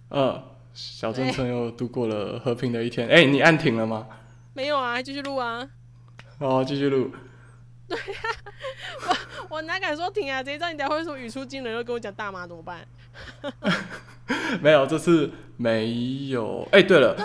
小镇村又度过了和平的一天。你按停了吗？ 没有啊，继续录啊。 继续录。 我哪敢说停啊？直接让你等下会说语出惊人，又跟我讲大妈怎么办？ 没有，这次没有。对了，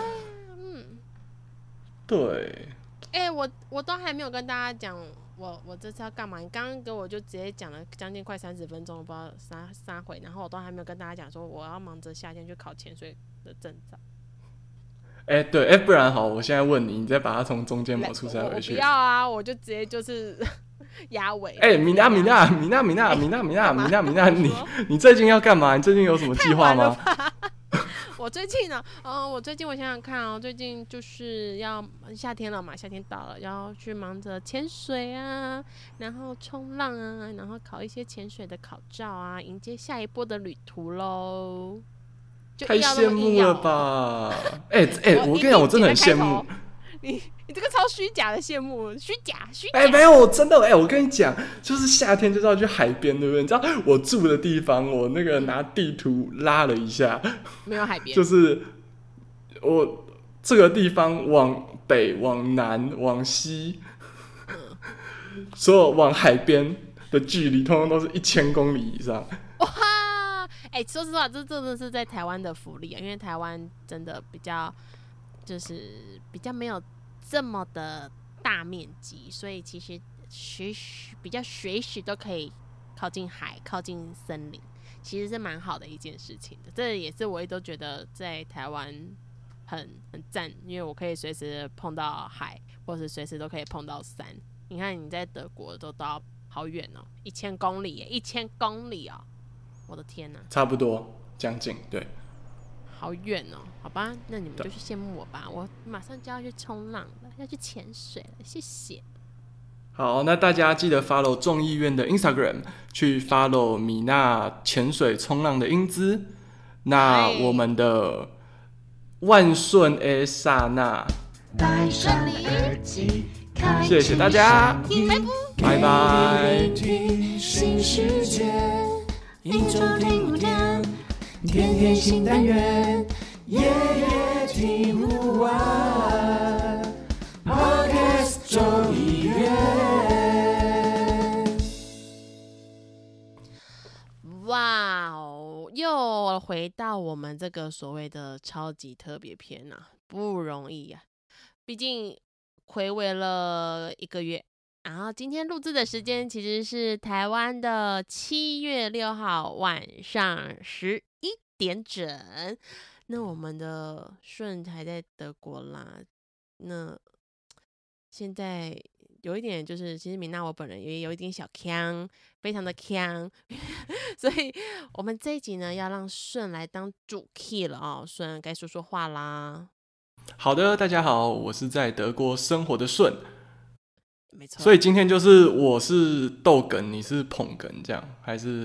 对， 我都还没有跟大家讲我这次要干嘛。你刚刚给我就直接讲了将近快30分钟，不知道啥回，然后我都还没有跟大家讲说我要忙着夏天去考潜水的证照。 对，不然好，我现在问你，你再把它从中间抹出塞回去。 我不要啊，我就直接就是压尾。 米娜，你最近要干嘛？你最近有什么计划吗？ 我最近呢，我想想看哦，最近就是要夏天了嘛，夏天到了，要去忙着潜水啊，然后冲浪啊，然后考一些潜水的考照啊，迎接下一波的旅途喽。 太羡慕了吧！我跟你讲，我真的很羡慕。 你这个超虚假的羡慕，虚假。 没有，真的我跟你讲，就是夏天就是要去海边，对不对？你知道我住的地方，我那个拿地图拉了一下， 没有海边， 就是我这个地方往北、往南、往西，所有往海边的距离，通通都是1000公里以上。 哇！说实话，这真的是在台湾的福利啊，因为台湾真的比较没有这么的大面积，所以其实比较随时都可以靠近海、靠近森林，其实是蛮好的一件事情的。这也是我一直都觉得在台湾很赞，因为我可以随时碰到海，或是随时都可以碰到山。你看你在德国都到好远哦，1000公里耶，1000公里哦，我的天哪！ 差不多，将近，对。 好远哦，好吧，那你们就去羡慕我吧，我马上就要去冲浪了，要去潜水了，谢谢。 好，那大家记得 follow 众议院的 Instagram， 去 follow 米娜潜水冲浪的英姿。那我们的万顺的刹那， 戴上你耳机， 谢谢大家，拜拜。 新世界，一周听5天，天天新单元，夜夜听不完。Podcast 众议院。 哇哦，又回到我们这个所谓的超级特别篇啊，不容易啊，毕竟睽违了1个月。然后今天录制的时间其实是台湾的7月6号晚上11点整。那我们的顺还在德国啦。那现在有一点就是，其实米娜我本人也有一点小呛，非常的呛，所以我们这一集呢要让顺来当主 key 了哦，顺该说说话啦。 好的，大家好，我是在德国生活的顺。 没错， 所以今天就是我是逗哏，你是捧哏，这样还是？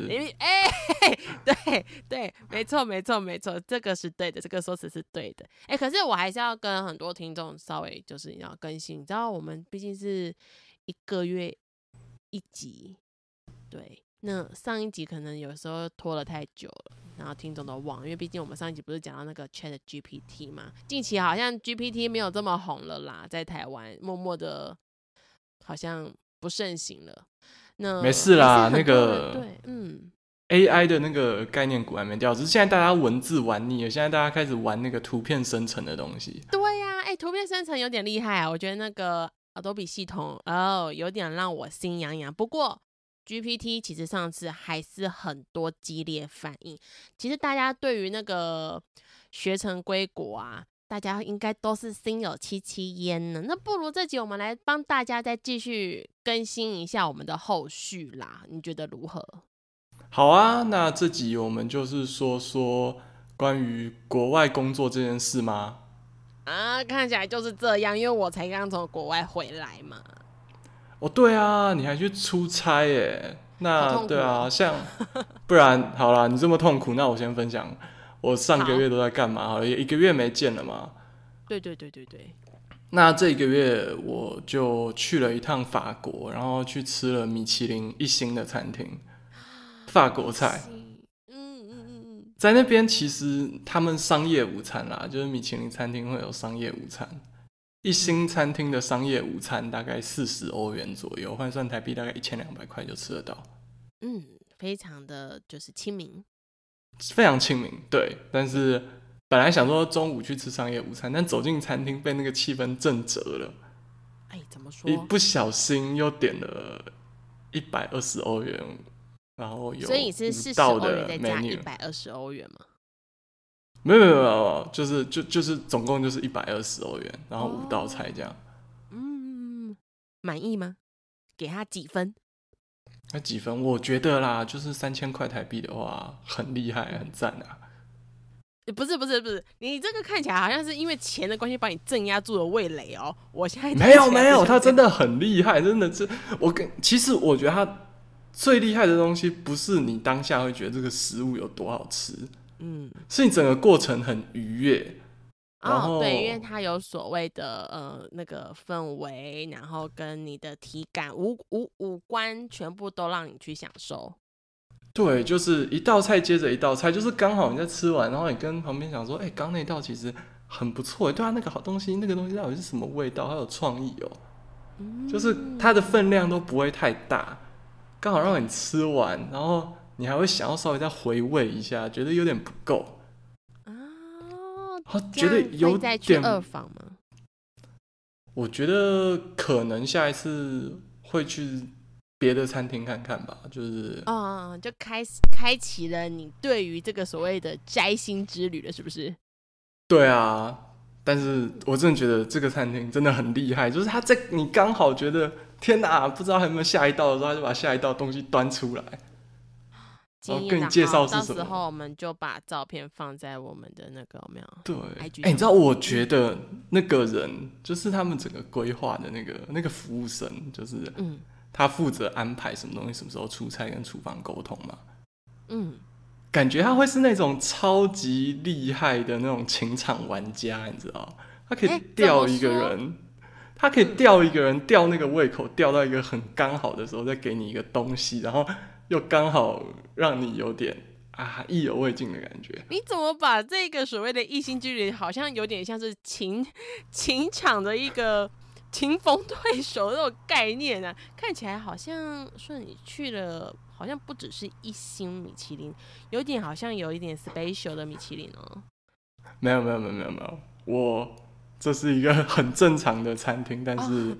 对，没错，这个是对的，这个说辞是对的。可是我还是要跟很多听众稍微就是你要更新，你知道我们毕竟是1个月1集，对，那上一集可能有时候拖了太久了，然后听众都忘了，因为毕竟我们上一集不是讲到那个 Chat GPT 嘛，近期好像 GPT 没有这么红了啦，在台湾默默的。好像不盛行了，那没事啦，那个对 ，AI 的那个概念股还没掉，只是现在大家文字玩腻了，现在大家开始玩那个图片生成的东西。 对呀，图片生成有点厉害啊，我觉得那个 Adobe 系统有点让我心痒痒。不过 GPT 其实上次还是很多激烈反应，其实大家对于那个学成归国啊。大家应该都是心有戚戚焉呢，那不如这集我们来帮大家再继续更新一下我们的后续啦，你觉得如何？ 好啊，那这集我们就是说说关于国外工作这件事吗？ 看起来就是这样，因为我才刚从国外回来嘛。 对啊，你还去出差耶？那对啊，像不然好啦，你这么痛苦，那我先分享。我上个月都在干嘛？好了，也1个月没见了嘛。 对。 那这1个月我就去了一趟法国，然后去吃了米其林1星的餐厅，法国菜。 在那边其实他们商业午餐啦，就是米其林餐厅会有商业午餐，一星餐厅的商业午餐大概40欧元左右，换算台币大概1200块就吃得到。 非常的就是亲民， 非常亲民，对。但是本来想说中午去吃商业午餐，但走进餐厅被那个气氛震折了。 怎么说？ 一不小心又点了120欧元，然后有所以是40欧元再加120欧元吗？ 没有，就是总共就是120欧元，然后5道菜这样。 满意吗？给他几分？ 那几分？我觉得啦，就是3000块台币的话，很厉害，很赞啊。 不是，你这个看起来好像是因为钱的关系把你镇压住了味蕾哦。我现在没有，他真的很厉害，真的是其实我觉得他最厉害的东西不是你当下会觉得这个食物有多好吃，是你整个过程很愉悦。 对，因为它有所谓的那个氛围，然后跟你的体感五官全部都让你去享受。 对，就是一道菜接着一道菜，就是刚好你在吃完，然后你跟旁边讲说，刚那道其实很不错，对啊，那个好东西，那个东西到底是什么味道，好有创意哦。就是它的分量都不会太大，刚好让你吃完，然后你还会想要稍微再回味一下，觉得有点不够。觉得有点会再去二访吗？ 我觉得可能下一次会去别的餐厅看看吧，就是就开启了你对于这个所谓的摘星之旅了，是不是？ 对啊，但是我真的觉得这个餐厅真的很厉害，就是他在你刚好觉得天哪，不知道还有没有下一道的时候，他就把下一道东西端出来，然后跟你介绍是什么。 到时候我们就把照片放在我们的那个有没有？ 对， 你知道我觉得那个人就是他们整个规划的那个服务生，就是他负责安排什么东西什么时候出菜跟厨房沟通嘛。感觉他会是那种超级厉害的那种情场玩家，你知道？他可以钓一个人，他可以钓一个人，钓那个胃口，钓到一个很刚好的时候，再给你一个东西，然后又刚好让你有点意犹未尽的感觉。 你怎么把这个所谓的一星之旅，好像有点像是情场的一个棋逢对手那种概念啊？看起来好像说你去了，好像不只是一星米其林，有点好像有一点 special 的米其林哦。 没有，我这是一个很正常的餐厅，但是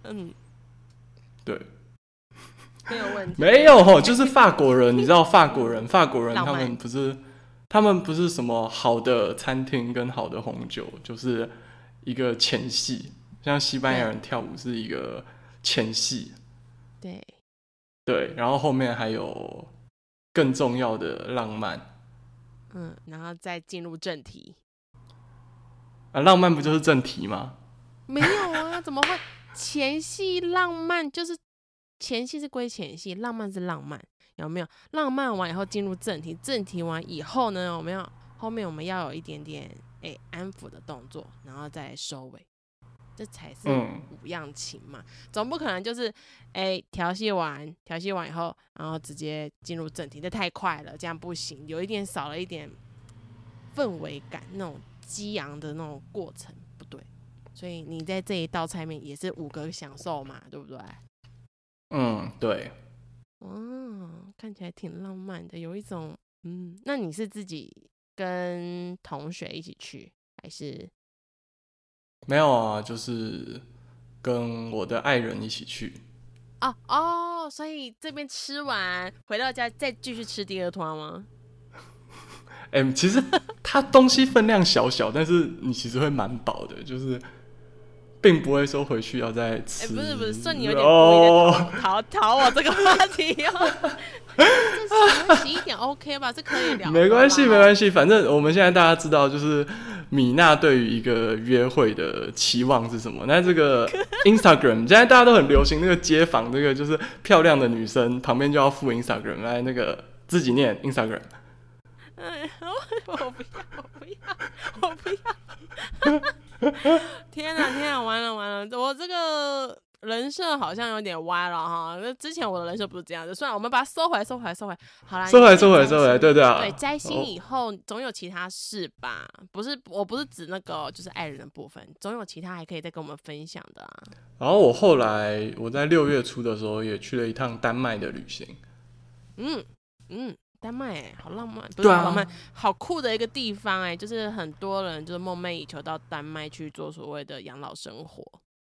对。 没有问题。 没有，就是法国人，你知道法国人他们不是什么好的餐厅跟好的红酒，就是一个前戏，像西班牙人跳舞是一个前戏，对，然后后面还有更重要的浪漫， 然后再进入正题。 浪漫不就是正题吗？ 没有啊，怎么会前戏浪漫就是？前戏是归前戏，浪漫是浪漫，有没有？浪漫完以后进入正题，正题完以后呢，有没有？后面我们要有一点点安抚的动作，然后再收尾，这才是五样情嘛。总不可能就是调戏完以后，然后直接进入正题，这太快了，这样不行，有一点少了一点氛围感，那种激昂的那种过程不对。所以你在这一道菜面也是5个享受嘛，对不对？ 对。 看起来挺浪漫的，有一种那你是自己跟同学一起去，还是？ 没有啊，就是跟我的爱人一起去。 所以这边吃完回到家再继续吃第二团吗？ 其实它东西分量小小，但是你其实会蛮饱的，就是并不会说回去要再吃。 不是，算你有点故意的逃我这个话题哦。这洗一点 OK 吧，这可以聊。 没关系，反正我们现在大家知道，就是米娜对于一个约会的期望是什么。那这个 Instagram 现在大家都很流行那个街访，这个就是漂亮的女生旁边就要附 Instagram， 来那个自己念 Instagram。 我不要！天哪，完了！我这个人设好像有点歪了哈。之前我的人设不是这样子，算了，我们把它收回来。好啦， 收回来，对啊， 对，摘星以后总有其他事吧？我不是指那个就是爱人的部分，总有其他还可以再跟我们分享的啊。 然后后来我在6月初的时候也去了一趟丹麦的旅行。 丹麦好浪漫，不是对啊， 好浪漫，好酷的一个地方就是很多人就是梦寐以求到丹麦去做所谓的养老生活。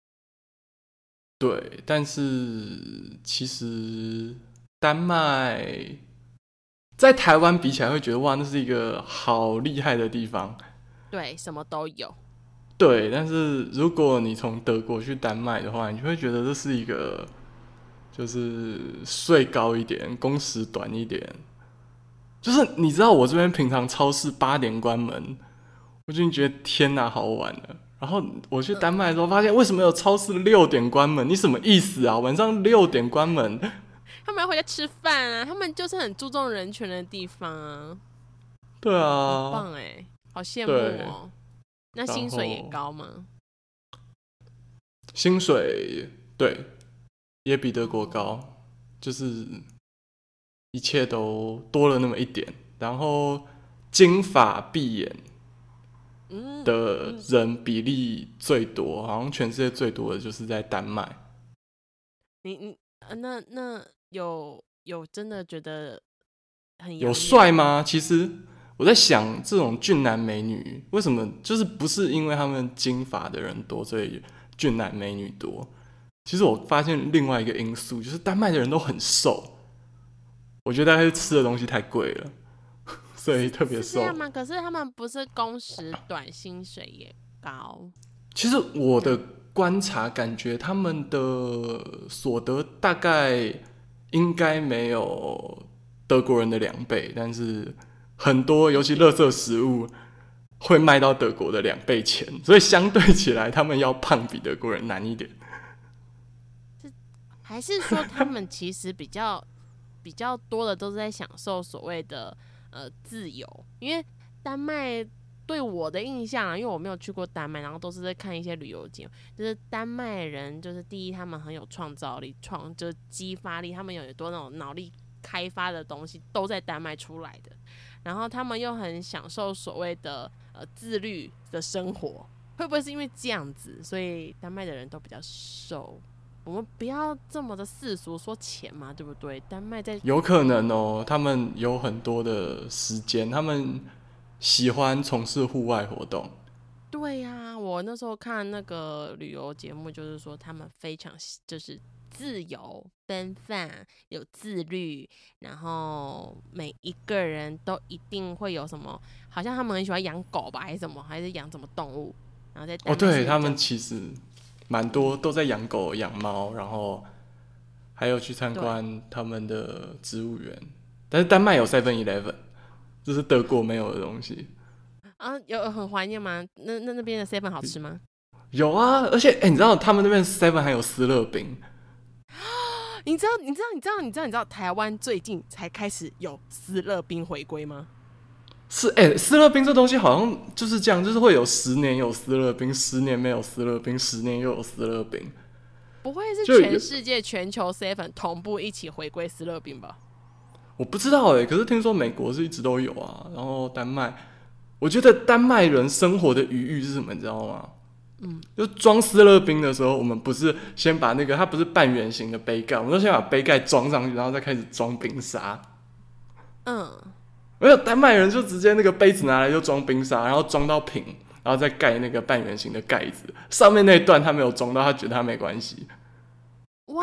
对，但是其实丹麦在台湾比起来会觉得哇，那是一个好厉害的地方。 对，什么都有。 对，但是如果你从德国去丹麦的话，你就会觉得这是一个就是税高一点，工时短一点。就是你知道我这边平常超市8点关门，我就觉得天哪，好晚了。然后我去丹麦的时候，发现为什么有超市6点关门？你什么意思啊？晚上6点关门？ 他们要回家吃饭啊，他们就是很注重人权的地方啊。 对啊， 好棒好羡慕哦。那薪水也高吗？ 薪水对，也比德国高，就是一切都多了那么一点。然后金发碧眼的人比例最多，好像全世界最多的就是在丹麦。 那有真的觉得很有帅吗？其实我在想，这种俊男美女为什么就是不是因为他们金发的人多，所以俊男美女多？其实我发现另外一个因素就是丹麦的人都很瘦，我觉得大概是吃的东西太贵了，所以特别瘦。 是这样吗？可是他们不是工时短，薪水也高。 其实我的观察感觉，他们的所得大概应该没有德国人的2倍，但是很多尤其垃圾食物会卖到德国的2倍钱，所以相对起来，他们要胖比德国人难一点。 还是说他们其实比较多的都是在享受所谓的自由？因为丹麦对我的印象因为我没有去过丹麦，然后都是在看一些旅游节目，就是丹麦人就是第一他们很有创造力，就是激发力，他们有很多那种脑力开发的东西都在丹麦出来的，然后他们又很享受所谓的自律的生活，会不会是因为这样子，所以丹麦的人都比较瘦？我们不要这么的世俗说钱嘛，对不对？丹麦在有可能哦，他们有很多的时间，他们喜欢从事户外活动。 对呀，我那时候看那个旅游节目，就是说他们非常就是自由奔放，有自律，然后每一个人都一定会有什么，好像他们很喜欢养狗吧，还是什么，还是养什么动物，然后在丹麦对，他们其实蛮多都在养狗养猫，然后还有去参观他们的植物园。但是丹麦有 7-Eleven， 这是德国没有的东西啊。有很怀念吗？那边的 7 好吃吗？ 有啊，而且你知道他们那边 7 还有斯乐饼。 你知道台湾最近才开始有斯乐冰回归吗？ 是斯乐冰这东西好像就是这样，就是会有10年有斯乐冰，10年没有斯乐冰，10年又有斯乐冰。 不会是全世界全球 7 同步一起回归斯乐冰吧？ 我不知道可是听说美国是一直都有啊，然后丹麦，我觉得丹麦人生活的余裕是什么，你知道吗？就装斯乐冰的时候，我们不是先把那个它不是半圆形的杯盖，我们就先把杯盖装上去，然后再开始装冰沙。没有，丹麦人就直接那个杯子拿来就装冰沙，然后装到平，然后再盖那个半圆形的盖子，上面那一段他没有装到，他觉得他没关系。 哇！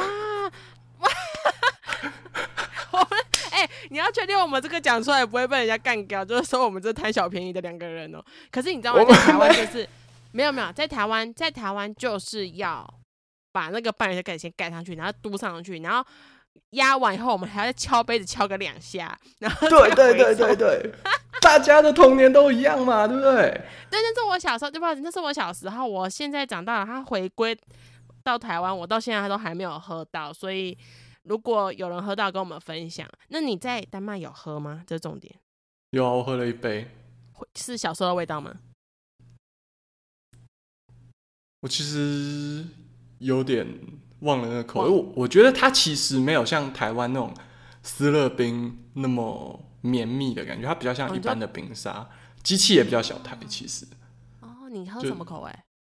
我们你要确定我们这个讲出来不会被人家干掉，就是说我们这贪小便宜的2个人哦。可是你知道吗？在台湾就是没有，在台湾就是要把那个半圆的盖子先盖上去，然后嘟上去，然后压完以后，我们还要再敲杯子敲个2下，然后对，大家的童年都一样嘛，对不对？ 对，那是我小时候，对不？那是我小时候，我现在长大了，他回归到台湾，我到现在都还没有喝到，所以如果有人喝到，跟我们分享。那你在丹麦有喝吗？这是重点。 有啊，我喝了1杯。 是小时候的味道吗？我其实有点忘了那个口味。我觉得它其实没有像台湾那种斯乐冰那么绵密的感觉，它比较像一般的冰沙，机器也比较小台。其实哦，你喝什么口味？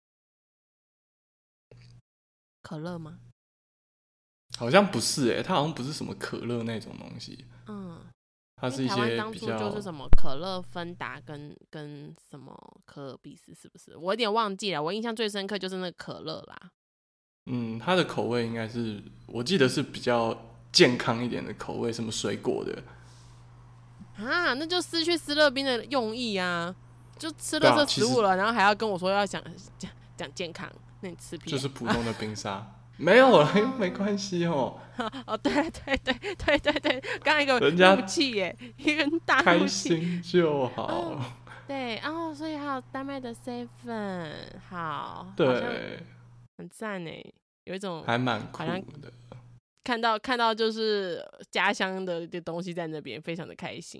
可乐吗？ 好像不是它好像不是什么可乐那种东西。它是一些比较，台湾当初就是什么可乐芬达跟什么可尔必斯，是不是？我有点忘记了，我印象最深刻就是那个可乐啦。 它的口味应该是我记得是比较健康一点的口味，什么水果的啊，那就失去斯乐冰的用意啊！就吃垃圾食物了，然后还要跟我说要讲健康，那你吃屁？ 就是普通的冰沙。没有了，没关系哦。 哦，对，刚刚一个怒气耶，一个大怒气， 开心就好。 对，所以还有丹麦的 Seven， 好， 对， 很赞哎，有一种还蛮酷的。 看到就是家乡的东西在那边，非常的开心。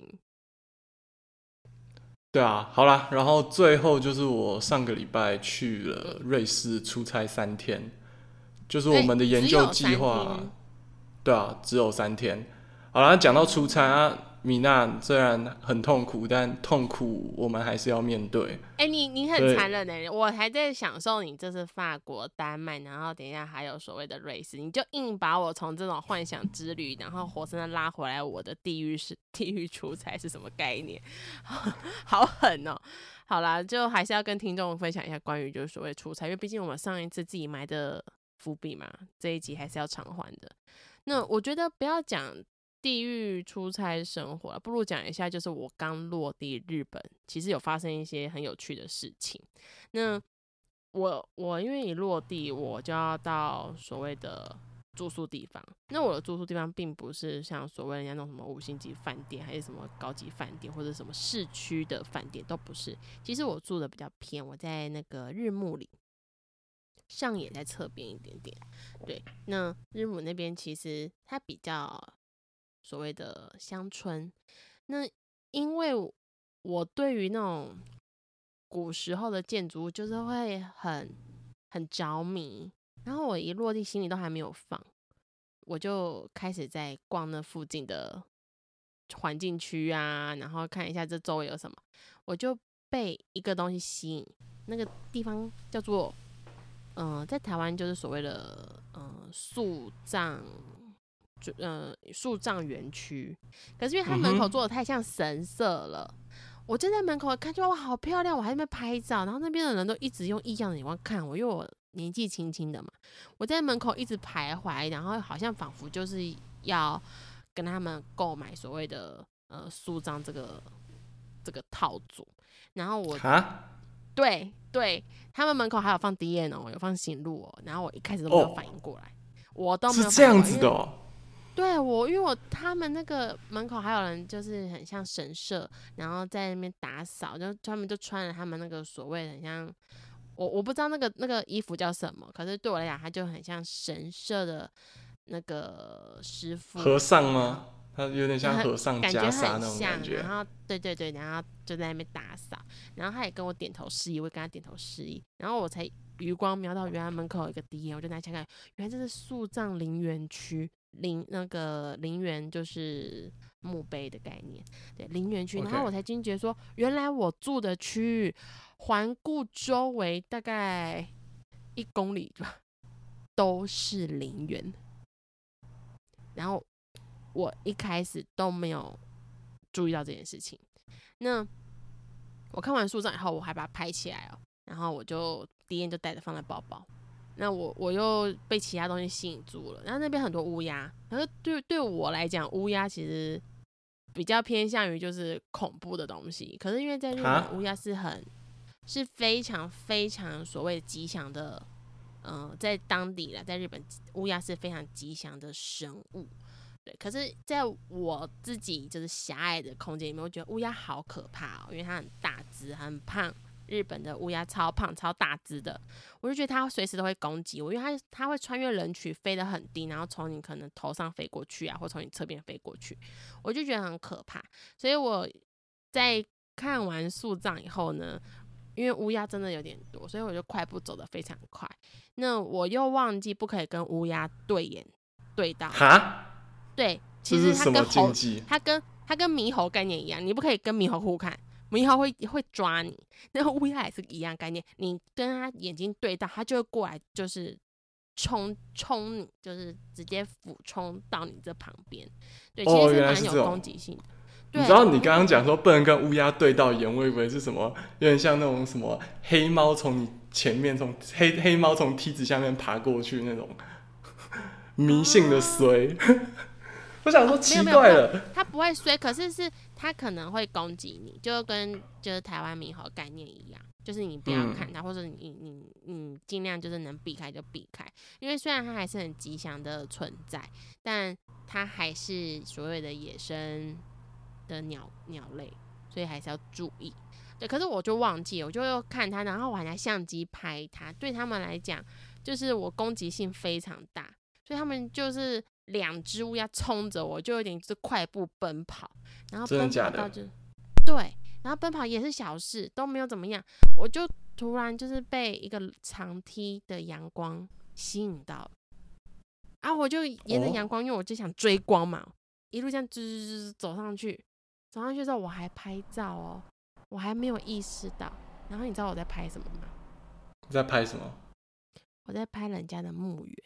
对啊，好啦，然后最后就是我上个礼拜去了瑞士出差3天。就是我们的研究计划，对啊，只有3天。好啦，讲到出差米娜虽然很痛苦，但痛苦我们还是要面对。 你很残忍欸，我还在享受你这是法国、丹麦，然后等一下还有所谓的瑞士，你就硬把我从这种幻想之旅，然后活生生拉回来我的地狱出差是什么概念？好狠哦！好啦，就还是要跟听众分享一下关于就是所谓出差，因为毕竟我们上一次自己埋的伏笔嘛，这一集还是要偿还的。那我觉得不要讲地狱出差生活了，不如讲一下就是我刚落地日本，其实有发生一些很有趣的事情。那我因为一落地我就要到所谓的住宿地方，那我的住宿地方并不是像所谓人家那种什么5星级饭店，还是什么高级饭店，或者什么市区的饭店，都不是。其实我住的比较偏，我在那个日暮里。上野在侧边一点点，对，那日暮那边其实它比较所谓的乡村。那因为我对于那种古时候的建筑物就是会很着迷，然后我一落地行李都还没有放，我就开始在逛那附近的环境区啊，然后看一下这周围有什么，我就被一个东西吸引，那个地方叫做在台湾就是所谓的树葬园区，可是因为它门口做的太像神社了，我就在门口看，就哇好漂亮，我还在那边拍照，然后那边的人都一直用异样的眼光看我，因为我年纪轻轻的嘛，我在门口一直徘徊，然后好像仿佛就是要跟他们购买所谓的树葬这个套组，然后我对，他们门口还有放 DN 哦，有放行路哦，然后我一开始都没有反应过来，我都没有反应过来， 是这样子的哦。 对，因为他们那个门口还有人就是很像神社，然后在那边打扫，就他们就穿了他们那个所谓的很像我不知道那个衣服叫什么，可是对我来讲，它就很像神社的那个师傅和尚吗？它有点像和尚袈裟那种感觉。然后对，然后就在那边打扫，然后他也跟我点头示意，我也跟他点头示意，然后我才余光瞄到原来门口有一个 D， 我就拿起来看，原来这是树葬陵园区。那个陵园就是墓碑的概念，对，陵园区。然后我才惊觉说，原来我住的区域环顾周围大概1公里吧，都是陵园。然后我一开始都没有注意到这件事情。那我看完树葬以后，我还把它拍起来哦，然后我就第一眼就带着放在包包。那我又被其他东西吸引住了，然后那边很多乌鸦，可是对我来讲，乌鸦其实比较偏向于就是恐怖的东西。可是因为在日本，乌鸦是非常非常所谓吉祥的，在当地啦，在日本乌鸦是非常吉祥的生物。对，可是在我自己就是狭隘的空间里面，我觉得乌鸦好可怕哦，因为它很大只，很胖。日本的乌鸦超胖超大只的，我就觉得它随时都会攻击我，因为它会穿越人群飞得很低，然后从你可能头上飞过去啊，或从你侧边飞过去，我就觉得很可怕。所以我在看完树葬以后呢， 因为乌鸦真的有点多，所以我就快步走得非常快。那我又忘记不可以跟乌鸦对眼对到。 哈？ 对， 这其实是什么禁它跟猴， 忌？ 它跟猕猴概念一样，你不可以跟猕猴互看，猕猴会抓你。那个乌鸦也是一样概念，你跟它眼睛对到，它就会过来，就是冲你，就是直接俯冲到你这旁边。对，其实是蛮有攻击性的。 你知道你刚刚讲说不能跟乌鸦对到眼，我以为是什么，有点像那种什么黑猫从你前面从黑猫从梯子下面爬过去那种迷信的衰。我想说奇怪了， 它不会衰，可是它可能会攻击你，就跟就是台湾猕猴概念一样，就是你不要看它，或者你尽量就是能避开就避开，因为虽然它还是很吉祥的存在，但它还是所谓的野生的鸟类，所以还是要注意。对，可是我就忘记，我就又看它，然后我还拿相机拍它。对他们来讲，就是我攻击性非常大，所以他们就是2只乌鸦冲着我，就有点就是快步奔跑，然后奔跑到就对，然后奔跑也是小事，都没有怎么样，我就突然就是被一个长梯的阳光吸引到了，啊，我就沿着阳光，因为我就想追光嘛，一路这样走上去。走上去之后我还拍照哦，我还没有意识到。然后你知道我在拍什么吗？ 你在拍什么？ 我在拍人家的墓园。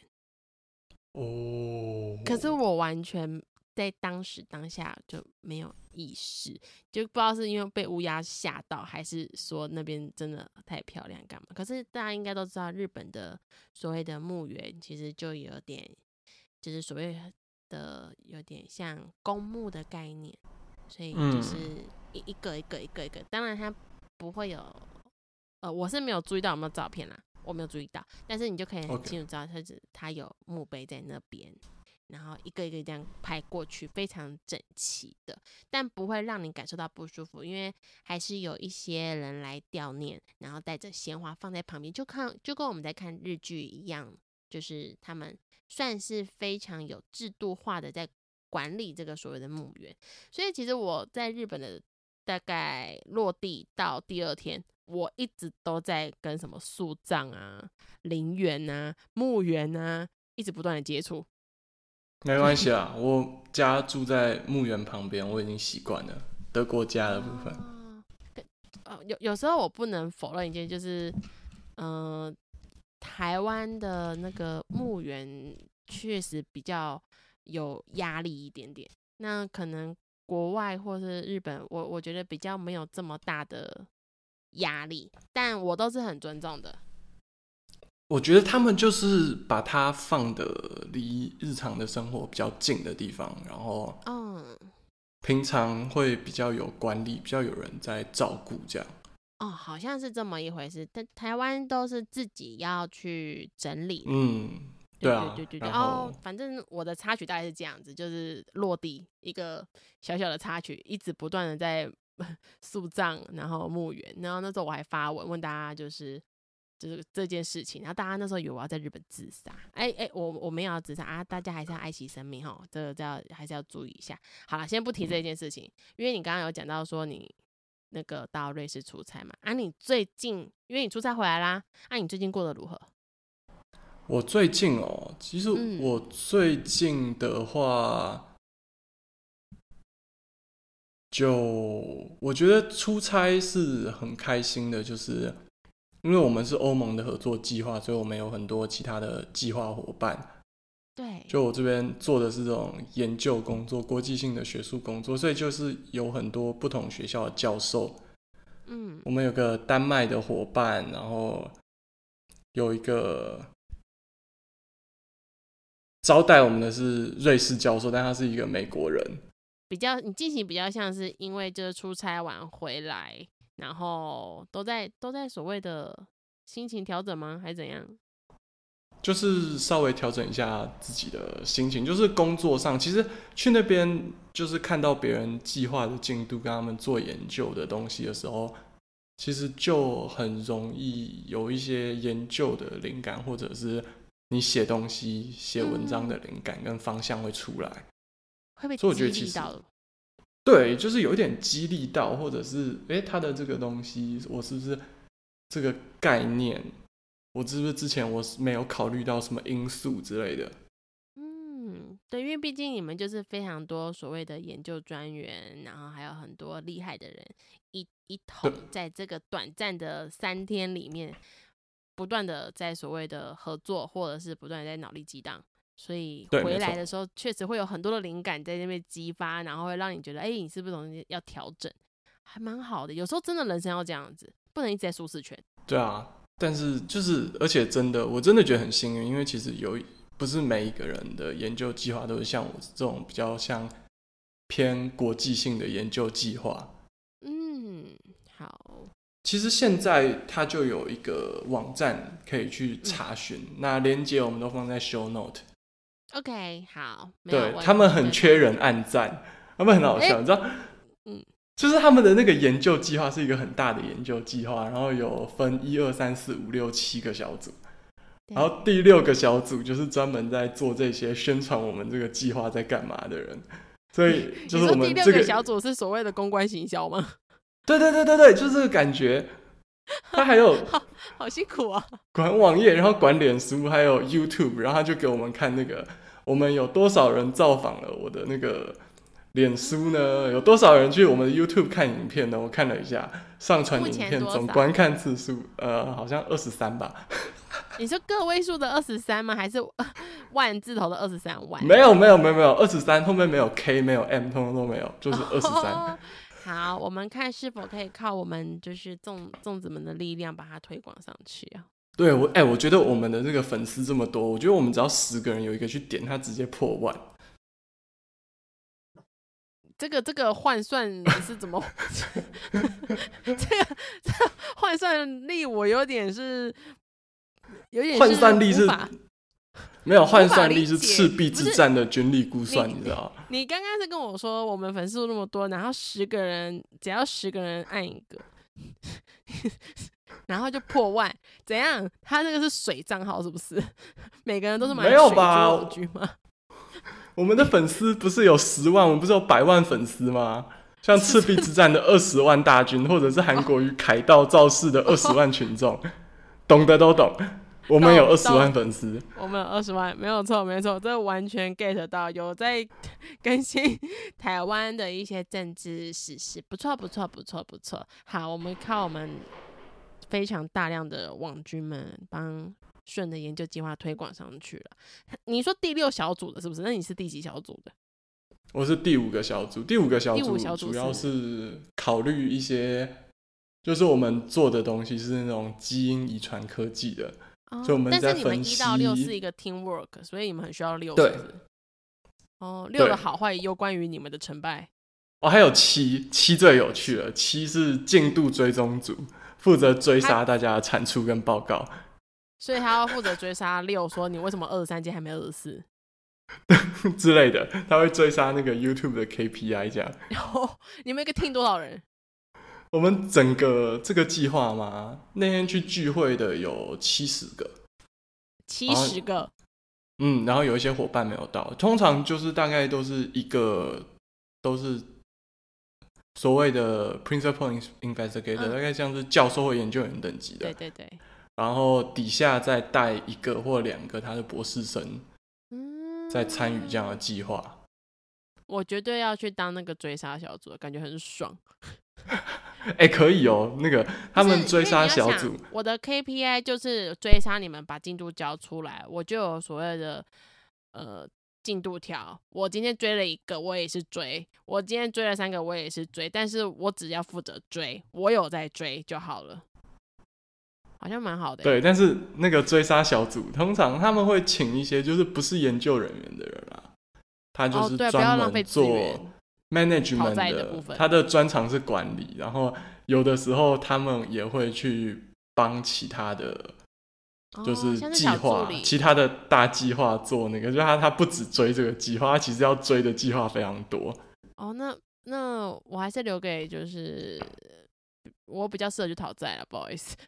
哦。 可是我完全在当下就没有意识，就不知道是因为被乌鸦吓到，还是说那边真的太漂亮干嘛。可是大家应该都知道，日本的所谓的墓园其实就有点，就是所谓的有点像公墓的概念。所以就是一个，当然它不会有，我是没有注意到有没有照片啦，我没有注意到，但是你就可以很清楚知道它有墓碑在那边，然后一个一个这样拍过去，非常整齐的，但不会让你感受到不舒服，因为还是有一些人来悼念，然后带着鲜花放在旁边，就跟我们在看日剧一样，就是他们算是非常有制度化的在管理这个所谓的墓园。所以其实我在日本的大概落地到第2天，我一直都在跟什么树葬啊、陵园啊、墓园啊一直不断的接触。 没关系啦，我家住在墓园旁边，我已经习惯了德国家的部分。 有时候我不能否认一件，就是台湾的那个墓园确实比较有压力一点点，那可能国外或是日本，我觉得比较没有这么大的压力，但我都是很尊重的。 我觉得他们就是把它放的离日常的生活比较近的地方，然后平常会比较有管理，比较有人在照顾这样。 好像是这么一回事，但台湾都是自己要去整理。 对啊， 对。反正我的插曲大概是这样子，就是落地一个小小的插曲，一直不断的在树葬，然后墓园，然后那时候我还发文问大家就是这件事情，然后大家那时候以为我要在日本自杀，我没有要自杀啊，大家还是要爱惜生命哈，这个还是要注意一下。好了，先不提这件事情，因为你刚刚有讲到说你那个到瑞士出差嘛，你最近因为你出差回来啦，你最近过得如何？ 我最近其实我最近的话，我觉得出差是很开心的，就是因为我们是欧盟的合作计划，所以我们有很多其他的计划伙伴。 对， 就我这边做的是这种研究工作，国际性的学术工作，所以就是有很多不同学校的教授。我们有个丹麦的伙伴，然后有一个招待我们的是瑞士教授，但他是一个美国人。 你进行比较像是因为就是出差完回来，然后都在所谓的心情调整吗？还是怎样？ 就是稍微调整一下自己的心情，就是工作上，其实去那边就是看到别人计划的进度，跟他们做研究的东西的时候，其实就很容易有一些研究的灵感，或者是你写东西、写文章的灵感跟方向会出来。 会被所以我觉得其实对，就是有一点激励到，或者是他的这个东西，我是不是这个概念，我是不是之前我没有考虑到什么因素之类的？ 对，因为毕竟你们就是非常多所谓的研究专员，然后还有很多厉害的人一同在这个短暂的3天里面，不断的在所谓的合作，或者是不断的在脑力激荡，所以回来的时候确实会有很多的灵感在那边激发，然后会让你觉得，你是不是东西要调整，还蛮好的。有时候真的人生要这样子，不能一直在舒适圈。 对啊，但是就是而且我真的觉得很幸运，因为其实不是每一个人的研究计划都是像我这种比较像偏国际性的研究计划。 好。 其实现在它就有一个网站可以去查询，那连结我们都放在 show note。 OK， 好。 对，他们很缺人按赞，他们很好笑，你知道？就是他们的那个研究计划是一个很大的研究计划，然后有分1、2、3、4、5、6、7个小组，然后第6个小组就是专门在做这些宣传我们这个计划在干嘛的人，所以就是我们你说第6个小组是所谓的公关行销吗？ 对，就是这个感觉。他还有好辛苦啊， 管网页，然后管脸书，还有 YouTube， 然后他就给我们看那个我们有多少人造访了我的那个脸书呢？有多少人去我们的 YouTube 看影片呢？我看了一下，上传影片总观看次数，好像23吧。 你说个位数的23吗？还是万字头的23万？ 没有，23后面没有 K， 没有 M， 通通都没有，就是23。 好，我们看是否可以靠我们就是粽子们的力量把它推广上去啊。 对，我觉得我们的这个粉丝这么多，我觉得我们只要10个人有一个去点，他直接破万。 这个换算是怎么？这个换算力我有点换算力是没有换算力是赤壁之战的军力估算，你知道？ 你刚刚是跟我说我们粉丝数那么多，然后10个人只要10个人按一个，然后就破万，怎样？他那个是水账号是不是？每个人都是买水军网剧吗？ 我们的粉丝不是有10万，我们不是有100万粉丝吗？像赤壁之战的20万大军，或者是韩国瑜凯道造势的20万群众，懂的都懂。我们有20万粉丝， 我们有20万，没有错，这完全 get 到，有在更新台湾的一些政治时事，不错。好，我们靠我们非常大量的网军们帮顺的研究计划推广上去了。你说第6小组的是不是？那你是第几小组的？ 我是第5个小组。第5个小组主要是考虑一些，就是我们做的东西是那种基因遗传科技的。所以我们在分析，但是你们 1到6是一个 teamwork， 所以你们很需要6， 对， 是不是？6的好坏攸关于你们的成败。 还有7最有趣了，7是进度追踪组，负责追杀大家的产出跟报告。 所以他要负责追杀6，说你为什么23件还没24 之类的，他会追杀那个 YouTube 的 KPI 这样。 你们一个 team 多少人？ 我们整个这个计划嘛，那天去聚会的有70个 ，70个。 然后有一些伙伴没有到，通常就是大概都是所谓的 principal investigator，大概像是教授或研究员等级的。 对。 然后底下再带1个或2个他的博士生，在参与这样的计划。 我绝对要去当那个追杀小组，感觉很爽。 可以哦，那个他们追杀小组， 我的 KPI 就是追杀你们把进度交出来，我就有所谓的进度条。我今天追了1个，我也是追；我今天追了3个，我也是追。但是我只要负责追，我有在追就好了，好像蛮好的。 对，但是那个追杀小组通常他们会请一些就是不是研究人员的人啦，他就是专门做management 的，他的专长是管理，然后有的时候他们也会去帮其他的，就是计划，其他的大计划做那个，就他不只追这个计划，他其实要追的计划非常多。 那我还是留给就是我比较适合去讨债了，不好意思。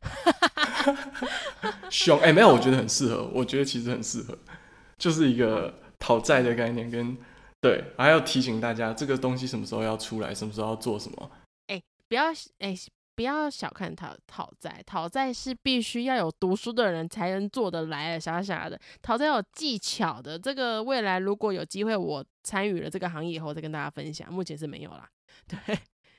凶没有，我觉得很适合，我觉得其实很适合，就是一个讨债的概念跟。对，还要提醒大家这个东西什么时候要出来，什么时候要做什么。 不要不要小看讨债，讨债是必须要有读书的人才能做得来的，傻傻的。讨债有技巧的，这个未来如果有机会，我参与了这个行业以后再跟大家分享。目前是没有啦，对。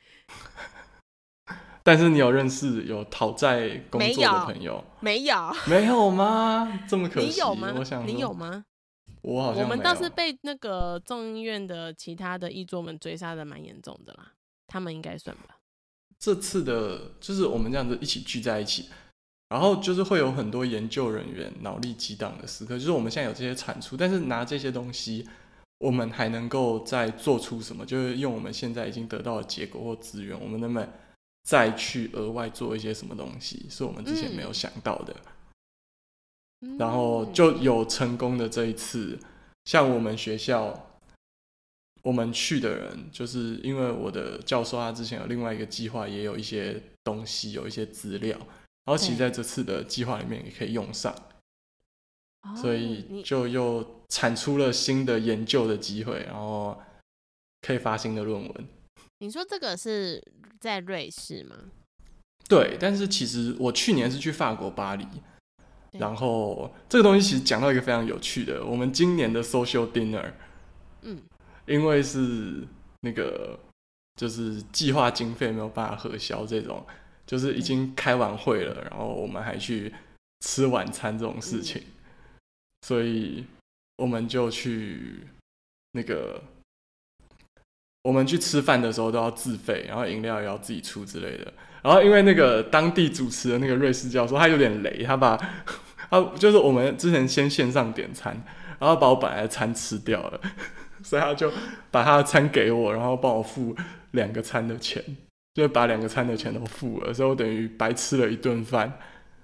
但是你有认识有讨债工作的朋友？ 没有， 没有吗？这么可惜。 你有吗？ 我想你有吗？ 我好像没有。 我们倒是被那个众议院的其他的议座们追杀的蛮严重的啦，他们应该算吧。 这次的就是我们这样子一起聚在一起，然后就是会有很多研究人员脑力激荡的时刻，就是我们现在有这些产出，但是拿这些东西，我们还能够再做出什么？就是用我们现在已经得到的结果或资源，我们能不能再去额外做一些什么东西，是我们之前没有想到的。然后就有成功的这一次，像我们学校。我们去的人，就是因为我的教授他之前有另外一个计划，也有一些东西，有一些资料，然后其实在这次的计划里面也可以用上，所以就又产出了新的研究的机会，然后可以发新的论文。 你说这个是在瑞士吗？ 对，但是其实我去年是去法国巴黎，然后这个东西其实讲到一个非常有趣的，我们今年的 social dinner，因为是那个就是计划经费没有办法核销，这种就是已经开完会了，然后我们还去吃晚餐这种事情，所以我们就去那个我们去吃饭的时候都要自费，然后饮料也要自己出之类的。然后因为那个当地主持的那个瑞士教授他有点雷，他就是我们之前先线上点餐，然后把我本来的餐吃掉了。所以他就把他的餐给我，然后帮我付2个餐的钱，就把2个餐的钱都付了，所以我等于白吃了一顿饭。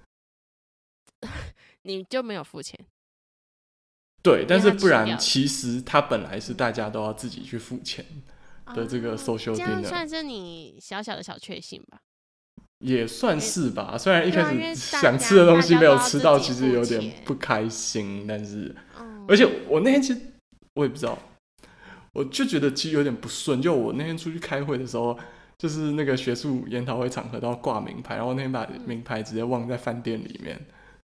你就没有付钱？ 对，但是不然，其实他本来是大家都要自己去付钱的这个 social dinner，这样算是你小小的小确幸吧？ 也算是吧。虽然一开始想吃的东西没有吃到，其实有点不开心，但是，而且我那天其实我也不知道。我就觉得其实有点不顺，就我那天出去开会的时候，就是那个学术研讨会场合都要挂名牌，然后那天把名牌直接忘在饭店里面。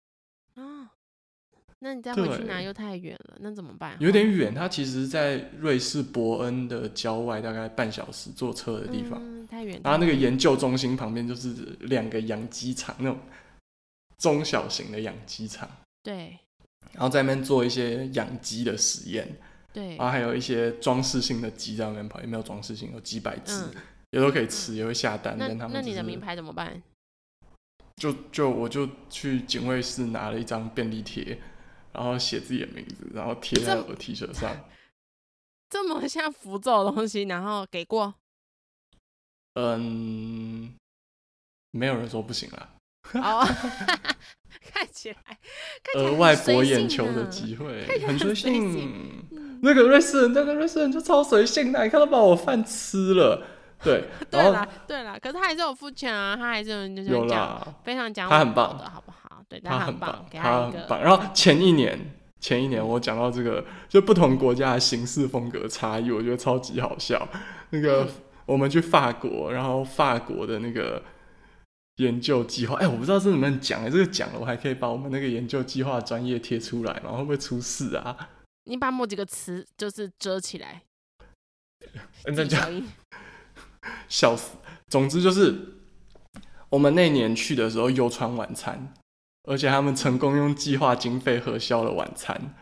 那你再回去拿又太远了，那怎么办？ 有点远，它其实在瑞士伯恩的郊外，大概半小时坐车的地方。 太远。 然后那个研究中心旁边就是2个养鸡场，那种中小型的养鸡场。 对。 然后在那边做一些养鸡的实验。 对， 然后还有一些装饰性的鸡在那边跑，也没有装饰性，有几百只，也都可以吃，也会下单。 那你的名牌怎么办？ 我就去警卫室拿了一张便利贴，然后写自己的名字，然后贴在我的 T 恤上。 这么像符咒的东西，然后给过？ 没有人说不行啦。 看起来额外博眼球的机会，很随性。那个瑞士人就超随性的，你看他把我饭吃了，对， 对啦，可是他还是有付钱啊，他还是有啦， 非常讲他很棒的好不好？对， 他很棒， 他很棒。然后前一年我讲到这个，就不同国家的行事风格差异，我觉得超级好笑。那个我们去法国，然后法国的那个研究计划，我不知道这能不能讲，这个讲了我还可以把我们那个研究计划专业贴出来嘛？会不会出事啊？ 你把某几个词就是遮起来， 那就笑死。总之就是我们那年去的时候游船晚餐，而且他们成功用计划经费核销了晚餐。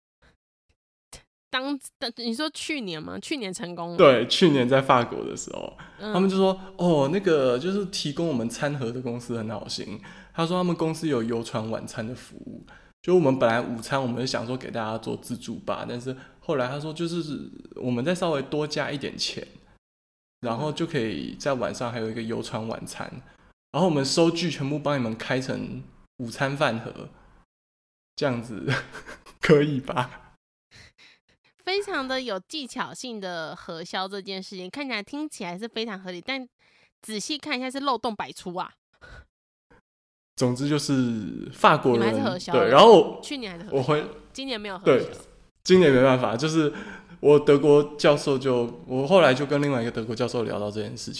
你说去年吗？去年成功了。 对，去年在法国的时候，他们就说那个就是提供我们餐盒的公司很好心，他说他们公司有游船晚餐的服务。就我们本来午餐我们是想说给大家做自助吧，但是后来他说就是我们再稍微多加一点钱，然后就可以在晚上还有一个游船晚餐，然后我们收据全部帮你们开成午餐饭盒，这样子可以吧？ 非常的有技巧性的核销这件事情，看起来听起来是非常合理，但仔细看一下是漏洞百出啊。 总之就是法国人， 你们还是核销对，然后去年还是核销，今年没有核销。 对，今年没办法，就是我德国教授我后来就跟另外一个德国教授聊到这件事情，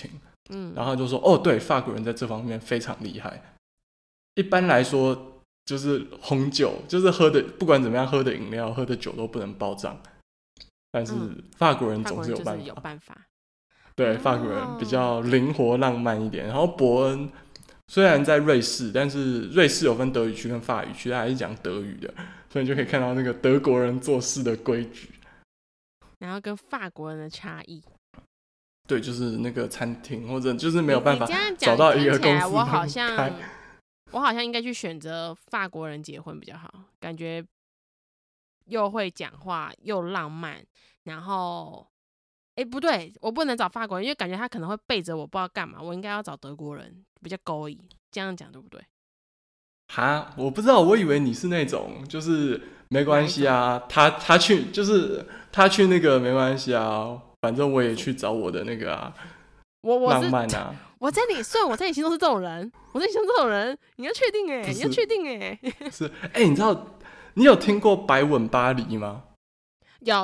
然后就说哦，对，法国人在这方面非常厉害。一般来说，就是红酒，就是喝的不管怎么样，喝的饮料、喝的酒都不能报账，但是法国人总是有办法。对，法国人比较灵活浪漫一点。然后伯恩虽然在瑞士，但是瑞士有分德语区跟法语区，他还是讲德语的，所以你就可以看到那个德国人做事的规矩， 然后跟法国人的差异。 对，就是那个餐厅或者就是没有办法找到一个公司。 我好像应该去选择法国人结婚比较好，感觉又会讲话又浪漫，然后不对，我不能找法国人，因为感觉他可能会背着我不知道干嘛，我应该要找德国人比较勾引，这样讲对不对？ 哈，我不知道，我以为你是那种就是没关系啊，他去就是他去那个没关系啊，反正我也去找我的那个啊，浪漫啊。 我在你心中是这种人，你要确定你要确定是你知道你有听过白吻巴黎吗？ 有。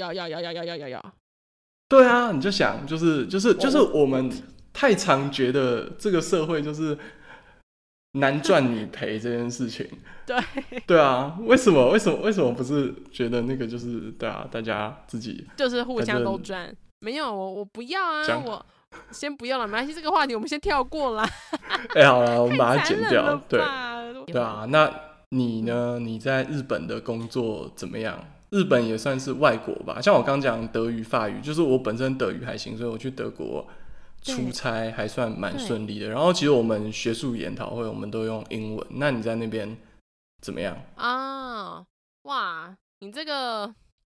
对啊，你就想就是我们太常觉得这个社会就是男赚女赔这件事情。对啊，为什么不是觉得那个就是对啊，大家自己就是互相都赚？没有，我不要啊，我先不要了，没关系，这个话题我们先跳过啦。 好了，我们把它剪掉。对啊，那你呢？你在日本的工作怎么样？日本也算是外国吧，像我刚讲德语、法语，就是我本身德语还行，所以我去德国出差还算蛮顺利的。然后其实我们学术研讨会我们都用英文，那你在那边怎么样啊？哇，你这个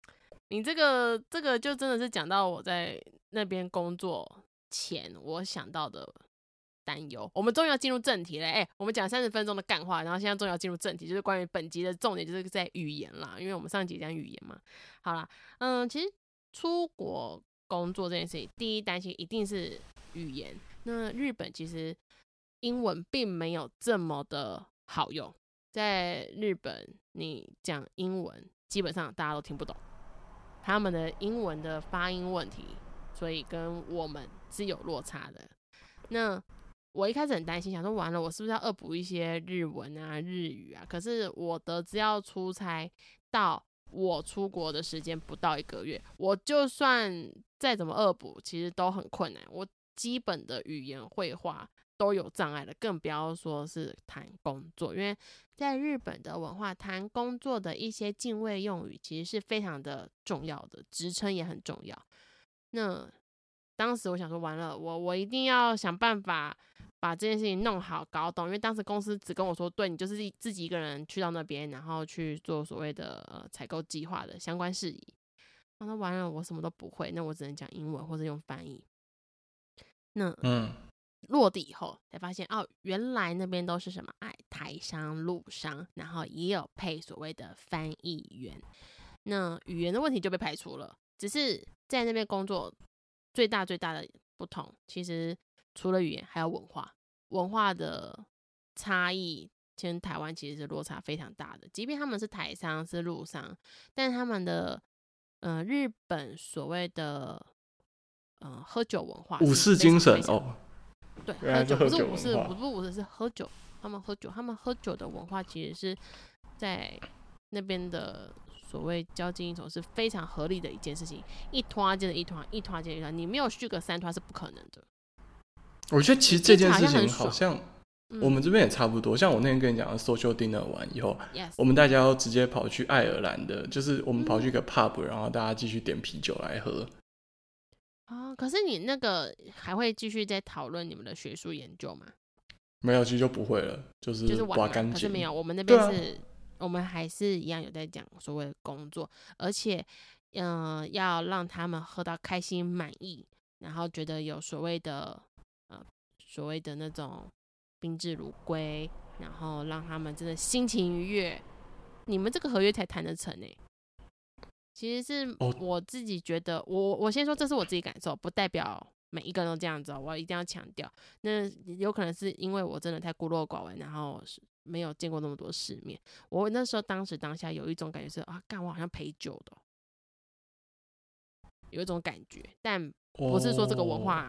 就真的是讲到我在那边工作前我想到的担忧。我们终于要进入正题了，我们讲30分钟的干话，然后现在终于要进入正题，就是关于本集的重点就是在语言啦，因为我们上集讲语言嘛。好啦，其实出国工作这件事情，第一担心一定是语言。那日本其实英文并没有这么的好用，在日本你讲英文基本上大家都听不懂，他们的英文的发音问题，所以跟我们是有落差的。那我一开始很担心，想说完了我是不是要恶补一些日文啊、日语啊？可是我得知要出差到我出国的时间不到1个月，我就算再怎么恶补，其实都很困难。我基本的语言绘画都有障碍了，更不要说是谈工作。因为在日本的文化，谈工作的一些敬畏用语其实是非常的重要的，职称也很重要。那当时我想说完了，我一定要想办法把这件事情弄好搞懂，因为当时公司只跟我说，对，你就是自己一个人去到那边，然后去做所谓的采购计划的相关事宜。我说完了，我什么都不会，那我只能讲英文或者用翻译。那落地以后才发现，原来那边都是什么台商、陆商，然后也有配所谓的翻译员。那语言的问题就被排除了，只是在那边工作最大的不同，其实除了语言还有文化的差异，跟台湾其实是落差非常大的。即便他们是台商是陆商，但他们的日本所谓的喝酒文化， 武士精神对，喝酒不是武士，不是武士，是喝酒。他们喝酒的文化其实是在那边的所谓交际应酬是非常合理的一件事情，一团接着一团，一团接着一团，你没有续个3团是不可能的。 我觉得其实这件事情好像我们这边也差不多，像我那天跟你讲的 social dinner 完以后，我们大家都直接跑去爱尔兰的，就是我们跑去一个 pub，然后大家继续点啤酒来喝。 可是你那个还会继续在讨论你们的学术研究吗？ 没有，其实就不会了，就是刮干净。 可是没有，我们那边是，我们还是一样有在讲所谓的工作，而且要让他们喝到开心满意，然后觉得有所谓的那种宾至如归，然后让他们真的心情愉悦，你们这个合约才谈得成欸。其实是我自己觉得，我先说这是我自己感受，不代表每一个人都这样子我一定要强调。那有可能是因为我真的太孤陋寡闻，然后没有见过那么多世面。我那时候当下有一种感觉是干我好像陪酒的，有一种感觉，但不是说这个文化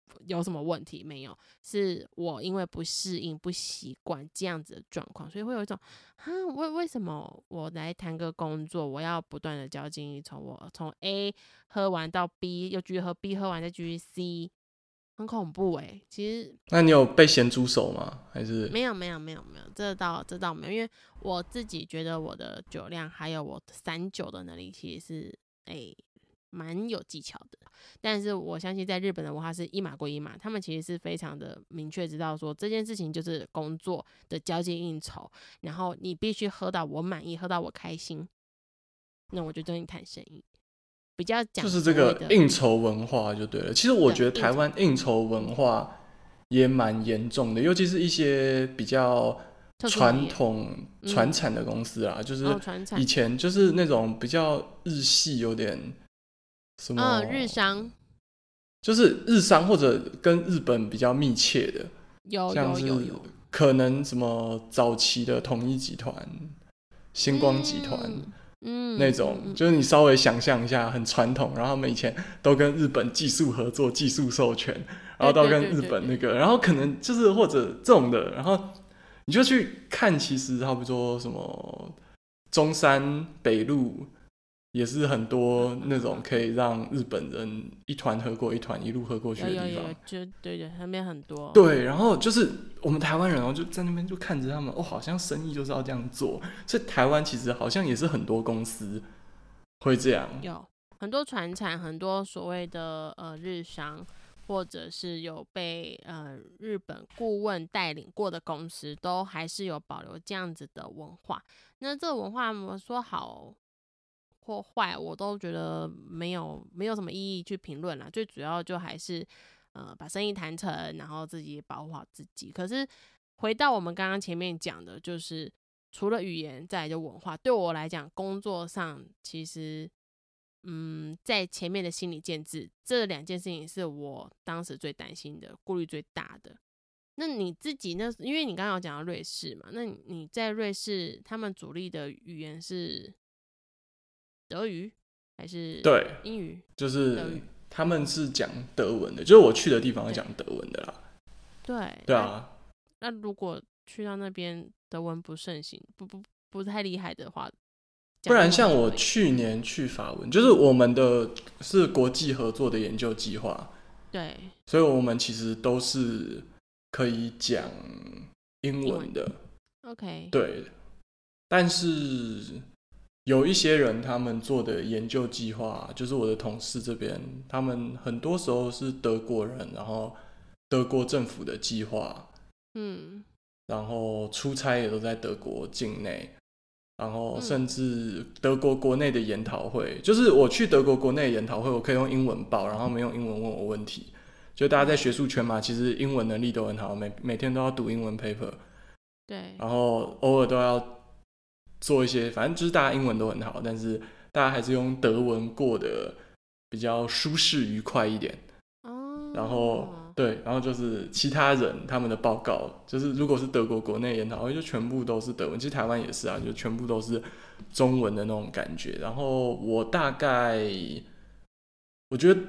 有什么问题，没有，是我因为不适应、不习惯这样子的状况，所以会有一种为什么我来谈个工作，我要不断的交际应酬，我从 A 喝完到 B， 又继续喝 B， 喝完再继续 C， 很恐怖其实。 那你有被咸猪手吗？还是没有，这倒没有，因为我自己觉得我的酒量还有我散酒的能力其实是蛮有技巧的，但是我相信在日本的文化是一码归一码，他们其实是非常的明确知道说这件事情就是工作的交际应酬，然后你必须喝到我满意，喝到我开心，那我就跟你谈生意，比较讲就是这个应酬文化就对了。其实我觉得台湾应酬文化也蛮严重的，尤其是一些比较传统传产的公司啦，就是以前就是那种比较日系，有点什么日商， 就是日商或者跟日本比较密切的， 有可能什么早期的统一集团、星光集团。那种就是你稍微想象一下，很传统，然后他们以前都跟日本技术合作、技术授权，然后都跟日本那个，然后可能就是或者这种的，然后你就去看，其实差不多什么中山北路也是很多那种可以让日本人一团喝过一团一路喝过去的地方， 就对，那边很多。 对，然后就是我们台湾人就在那边就看着他们，好像生意就是要这样做，所以台湾其实好像也是很多公司会这样， 有很多传产，很多所谓的日商，或者是有被日本顾问带领过的公司，都还是有保留这样子的文化。那这个文化我说好或坏，我都觉得没有什么意义去评论啦。最主要就还是把生意谈成，然后自己保护好自己。可是回到我们刚刚前面讲的，就是除了语言，再来就文化。对我来讲，工作上其实在前面的心理建制，这两件事情是我当时最担心的、顾虑最大的。那你自己因为你刚刚有讲到瑞士嘛，那你在瑞士，他们主力的语言是德语还是英语？ 就是他们是讲德文的，就是我去的地方是讲德文的啦。对啊。 那如果去到那边德文不盛行，不太厉害的话， 不然像我去年去法文，就是我们的是国际合作的研究计划， 对， 所以我们其实都是可以讲英文的。 OK， 对，但是有一些人他们做的研究计划，就是我的同事这边，他们很多时候是德国人，然后德国政府的计划，然后出差也都在德国境内，然后甚至德国国内的研讨会，就是我去德国国内的研讨会，我可以用英文报，然后他们用英文问我问题，就大家在学术圈嘛，其实英文能力都很好，每天都要读英文 paper， 对， 然后偶尔都要做一些，反正就是大家英文都很好，但是大家还是用德文过得比较舒适愉快一点。然后对，然后就是其他人他们的报告，就是如果是德国国内研讨会，就全部都是德文。其实台湾也是啊，就全部都是中文的那种感觉。然后我大概我觉得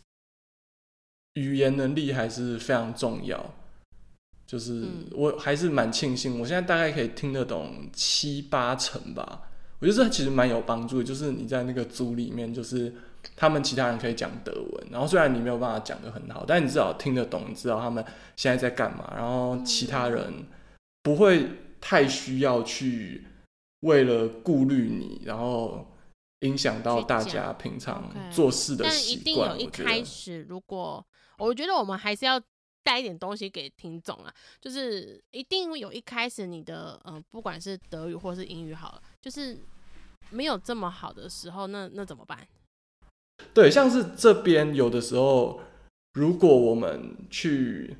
语言能力还是非常重要。就是我还是蛮庆幸，我现在大概可以听得懂7-8成吧。我觉得这其实蛮有帮助的，就是你在那个组里面，就是他们其他人可以讲德文，然后虽然你没有办法讲得很好，但你至少听得懂，你知道他们现在在干嘛，然后其他人不会太需要去为了顾虑你，然后影响到大家平常做事的习惯。 但一定有一开始，如果我觉得我们还是要带一点东西给听众啊，就是一定有一开始你的不管是德语或是英语好了，就是没有这么好的时候，那怎么办？ 对，像是这边有的时候，如果我们去，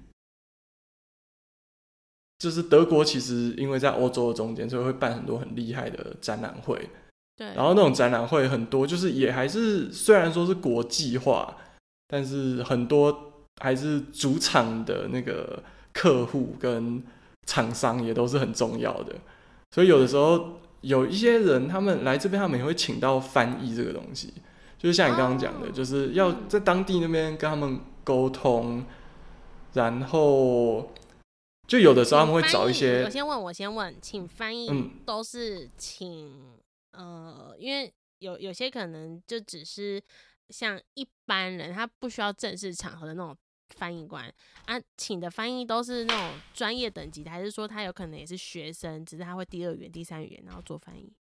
就是德国，其实因为在欧洲的中间，所以会办很多很厉害的展览会。 对， 然后那种展览会很多，就是也还是虽然说是国际化，但是很多还是主场的那个客户跟厂商也都是很重要的，所以有的时候有一些人他们来这边，他们也会请到翻译这个东西，就是像你刚刚讲的，就是要在当地那边跟他们沟通， 然后就有的时候他们会找一些， 我先问，请翻译都是请因为有些可能就只是像一般人，他不需要正式场合的那种翻译官啊，请的翻译都是那种专业等级的，还是说他有可能也是学生，只是他会第二语言、第三语言，然后做翻译？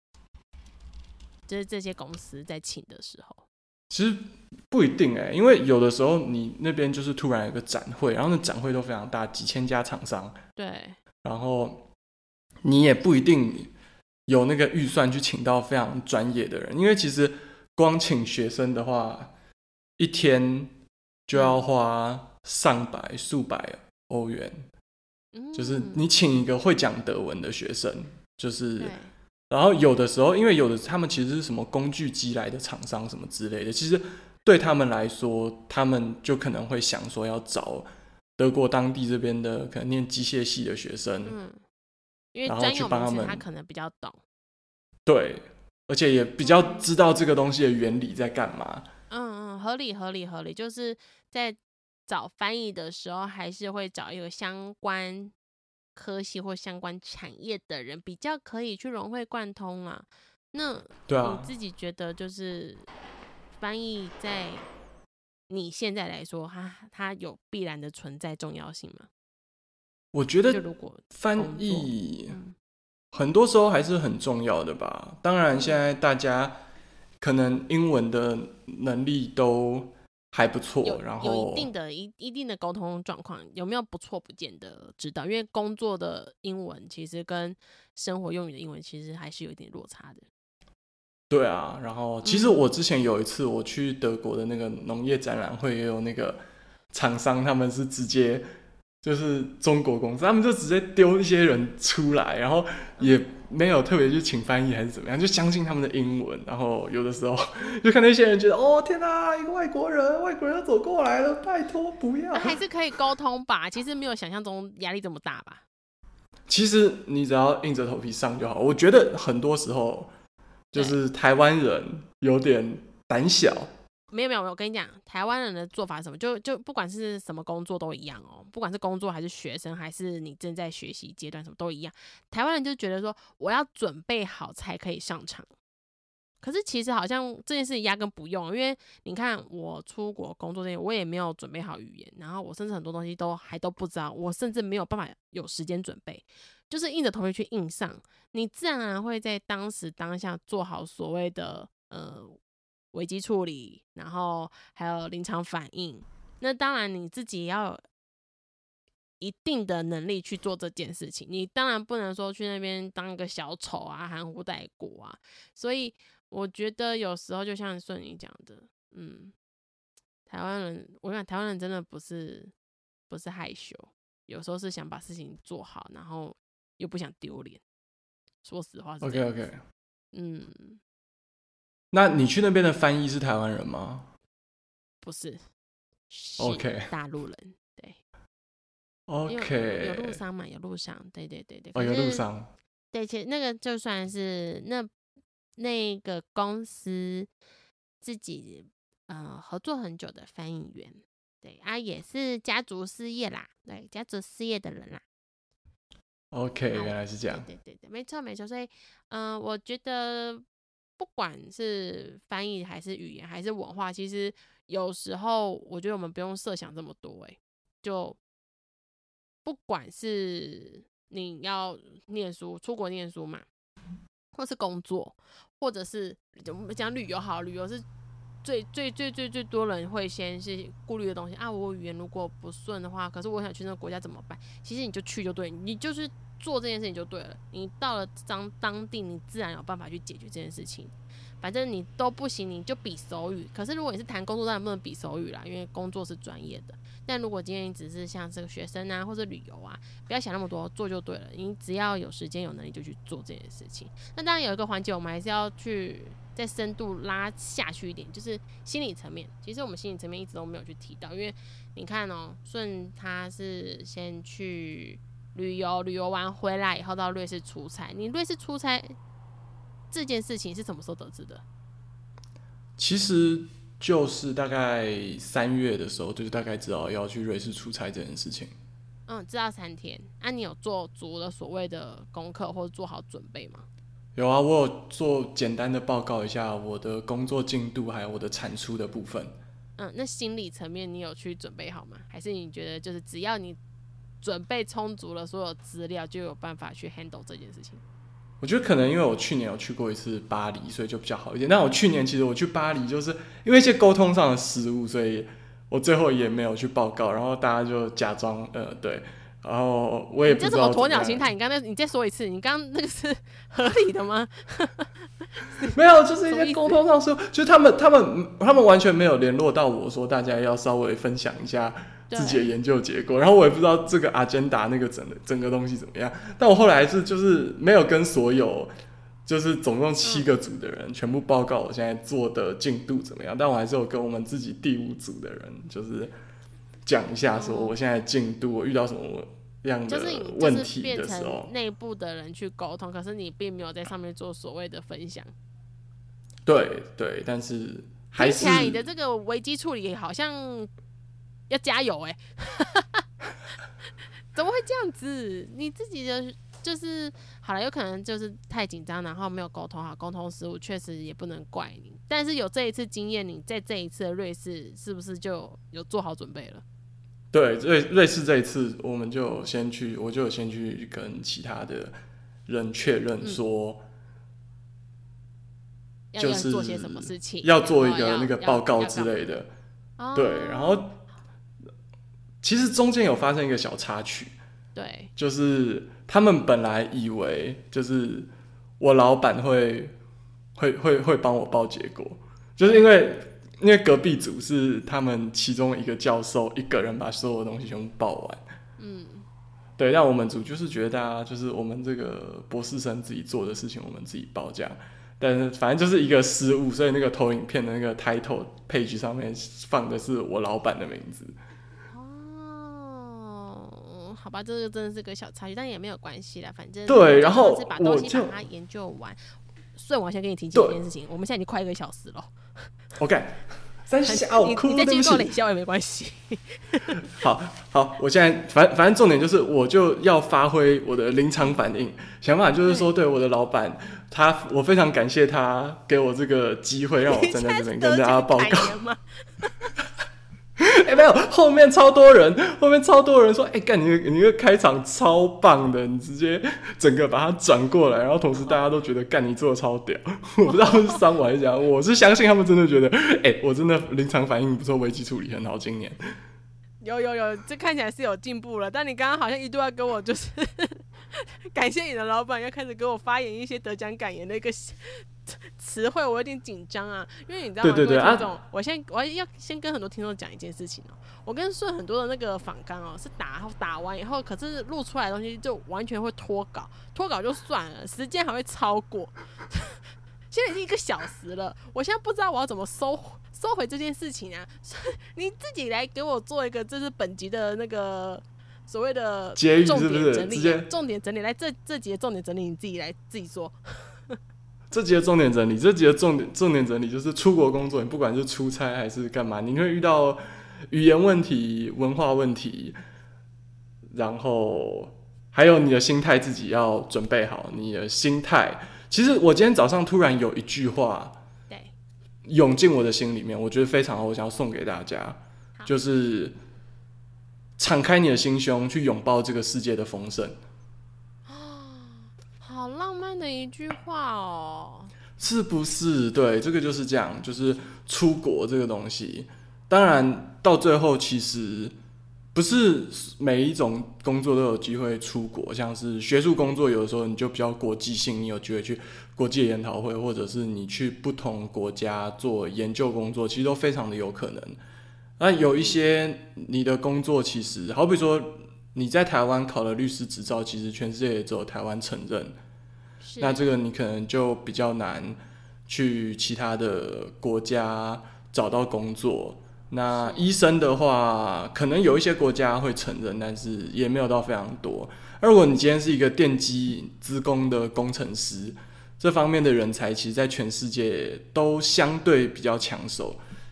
就是这些公司在请的时候， 其实不一定因为有的时候你那边就是突然有个展会，然后那展会都非常大，几千家厂商， 对， 然后你也不一定有那个预算去请到非常专业的人，因为其实光请学生的话，一天就要花上百、数百欧元，就是你请一个会讲德文的学生，就是。然后有的时候，因为有的他们其实是什么工具机来的厂商什么之类的，其实对他们来说，他们就可能会想说要找德国当地这边的可能念机械系的学生， 因为专有名词他可能比较懂， 对，而且也比较知道这个东西的原理在干嘛。 合理，就是在找翻译的时候，还是会找一个相关科系或相关产业的人，比较可以去融会贯通啦。那你自己觉得，就是翻译在你现在来说，它有必然的存在重要性吗？ 我觉得翻译很多时候还是很重要的吧。当然，现在大家可能英文的能力都还不错，然后有一定的沟通状况，有没有不错不见得知道，因为工作的英文其实跟生活用语的英文其实还是有一点落差的。 对啊，然后其实我之前有一次我去德国的那个农业展览会，也有那个厂商，他们是直接就是中国公司，他们就直接丢一些人出来，然后也没有特别去请翻译还是怎么样，就相信他们的英文。然后有的时候就看那些人觉得，哦天哪，一个外国人要走过来了，拜托不要。 还是可以沟通吧，其实没有想象中压力这么大吧。 其实你只要硬着头皮上就好。我觉得很多时候就是台湾人有点胆小。 没有，我跟你讲，台湾人的做法是什么？就不管是什么工作都一样哦，不管是工作还是学生，还是你正在学习阶段，什么都一样。台湾人就觉得说，我要准备好才可以上场。可是其实好像这件事情压根不用，因为你看我出国工作这些，我也没有准备好语言，然后我甚至很多东西都不知道，我甚至没有办法有时间准备，就是硬着头皮去硬上。你自然而然会在当时当下做好所谓的危机处理，然后还有临场反应。那当然你自己要有一定的能力去做这件事情，你当然不能说去那边当个小丑啊，含糊带过啊。所以我觉得有时候就像顺你讲的，台湾人，我想台湾人真的不是害羞，有时候是想把事情做好，然后又不想丢脸。说实话是这样。 OK， 那你去那边的翻译是台湾人吗？ 不是，是大陆人。对 ，OK， 有陆商嘛，有陆商，对， 有陆商。 对，其实那个就算是那个公司自己合作很久的翻译员，对啊，也是家族事业啦，对，家族事业的人啦。 OK， 原来是这样。 对，没错。所以我觉得不管是翻译还是语言还是文化，其实有时候我觉得我们不用设想这么多，就不管是你要念书，出国念书嘛，或是工作，或者是我们讲旅游好，旅游是最多人会先是顾虑的东西啊。我语言如果不顺的话，可是我想去那个国家怎么办？其实你就去就对，你就是做这件事情就对了。你到了当地，你自然有办法去解决这件事情。反正你都不行，你就比手语。可是如果你是谈工作，当然不能比手语啦，因为工作是专业的。但如果今天你只是像这个学生啊，或者旅游啊，不要想那么多，做就对了。你只要有时间有能力就去做这件事情。那当然有一个环节，我们还是要去再深度拉下去一点，就是心理层面。其实我们心理层面一直都没有去提到，因为你看哦，顺他是先去旅游完回来以后到瑞士出差，你瑞士出差这件事情是什么时候得知的？ 其实就是大概3月的时候，就是大概知道要去瑞士出差这件事情。 知道3天。你有做足了所谓的功课或者做好准备吗？ 有啊，我有做简单的报告一下我的工作进度，还有我的产出的部分。 那心理层面你有去准备好吗？还是你觉得就是只要你准备充足了所有资料，就有办法去 handle 这件事情？ 我觉得可能因为我去年有去过一次巴黎，所以就比较好一点。但我去年其实我去巴黎就是因为一些沟通上的失误，所以我最后也没有去报告，然后大家就假装对，然后我也不知道你这什么鸵鸟心态？你再说一次，你刚刚那个是合理的吗？ 没有，就是一些沟通上失误，就是他们完全没有联络到我说大家要稍微分享一下自己的研究结果，然后我也不知道这个 agenda 那个整个东西怎么样，但我后来是就是没有跟所有就是总共7个组的人全部报告我现在做的进度怎么样，但我还是有跟我们自己第5组的人就是讲一下说我现在进度我遇到什么样的问题的时候， 就是变成内部的人去沟通，可是你并没有在上面做所谓的分享。 对，但是还是听起来你的这个危机处理好像要加油怎么会这样子？你自己的就是好了，有可能就是太紧张，然后没有沟通好，沟通失误确实也不能怪你。但是有这一次经验，你在这一次的瑞士是不是就有做好准备了？ 对，瑞士这一次我就有先去跟其他的人确认说，就是要做些什么事情， 要做一个那个报告之类的。对，然后其实中间有发生一个小插曲， 对， 就是他们本来以为就是我老板会帮我报结果，就是因为隔壁组是他们其中一个教授一个人把所有的东西全部报完，对，但我们组就是觉得就是我们这个博士生自己做的事情我们自己报这样，但是反正就是一个失误，所以那个投影片的那个 title page 上面放的是我老板的名字。 好吧，这个真的是个小插曲，但也没有关系啦，反正对，然后是把东西把它研究完。所以我先跟你提起这件事情，我们现在已经快1个小时了。 OK， 三小哭， 你再继续跟我冷笑也没关系。 好，我现在反正重点就是，我就要发挥我的临场反应，想法就是说，对我的老板，我非常感谢他给我这个机会，让我站在这边跟大家报告。没有，后面超多人说，干你那个开场超棒的，你直接整个把它转过来，然后同时大家都觉得干你做的超屌，我不知道是伤我还是讲，我是相信他们真的觉得，我真的临场反应不错，危机处理很好，今年。 有，这看起来是有进步了，但你刚刚好像一度要跟我就是感谢你的老板，要开始给我发言一些得奖感言的一个词汇，我有点紧张啊，因为你知道吗？对我要先跟很多听众讲一件事情我跟顺很多的那个访纲是打完以后，可是录出来的东西就完全会脱稿就算了，时间还会超过。现在已经1个小时了，我现在不知道我要怎么收回这件事情啊！你自己来给我做一个，这是本集的那个所谓的重点整理，重点整理来这集的重点整理，你自己做。 这集的重点整理，重点整理就是出国工作，你不管是出差还是干嘛，你会遇到语言问题、文化问题，然后还有你的心态自己要准备好，你的心态。其实我今天早上突然有一句话涌进我的心里面，我觉得非常好，我想要送给大家，就是敞开你的心胸，去拥抱这个世界的丰盛。 好浪漫的一句话哦， 是不是？对，这个就是这样，就是出国这个东西，当然到最后其实不是每一种工作都有机会出国，像是学术工作，有的时候你就比较国际性，你有机会去国际研讨会，或者是你去不同国家做研究工作，其实都非常的有可能。那有一些你的工作其实，好比说你在台湾考了律师执照，其实全世界也只有台湾承认，那这个你可能就比较难去其他的国家找到工作。那医生的话，可能有一些国家会承认，但是也没有到非常多。如果你今天是一个电机资工的工程师，这方面的人才其实在全世界都相对比较抢手，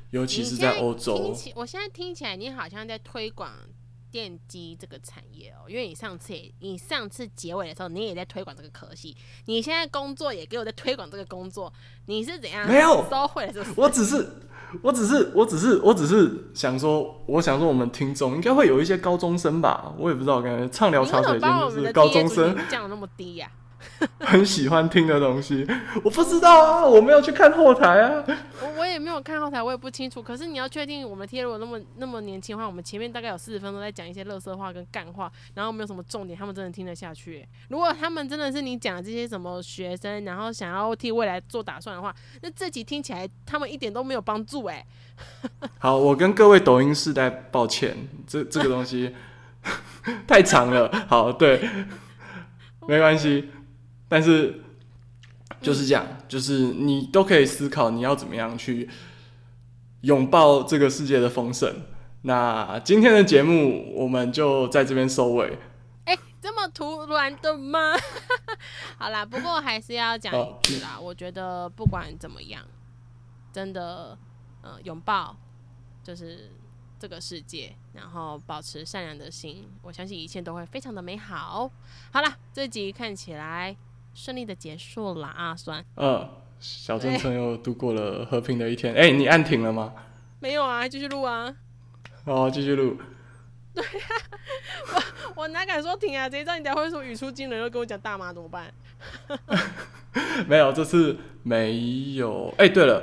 尤其是在欧洲。 我现在听起来你好像在推广电机这个产业哦，因为你上次结尾的时候，你也在推广这个科系，你现在工作也给我在推广这个工作，你是怎样？ 没有收回了是不是？ 我只是想说，我们听众应该会有一些高中生吧，我也不知道，感觉畅聊茶水间就是高中生降得那么低呀、 很喜欢听的东西，我不知道啊，我没有去看后台啊。 我也没有看后台，我也不清楚。可是你要确定我们的贴如果那么年轻的话，我们前面大概有40分钟在讲一些垃圾话跟干话，然后没有什么重点，他们真的听得下去。如果他们真的是你讲的这些什么学生，然后想要替未来做打算的话，那这集听起来他们一点都没有帮助哎。 好，我跟各位抖音世代抱歉，这个东西太长了。好，对，没关系。但是就是这样，就是你都可以思考你要怎么样去拥抱这个世界的丰盛。那今天的节目我们就在这边收尾。 这么突然的吗？好啦，不过还是要讲一句啦，我觉得不管怎么样，真的拥抱就是这个世界，然后保持善良的心，我相信一切都会非常的美好。好啦，这集看起来顺利的结束了啊，算。 小镇村又度过了和平的一天。你按停了吗？ 没有啊，继续录啊。 继续录。 对啊，我哪敢说停啊？直接让你等下会说语出惊人，又跟我讲大妈怎么办？ 没有，这次没有。对了，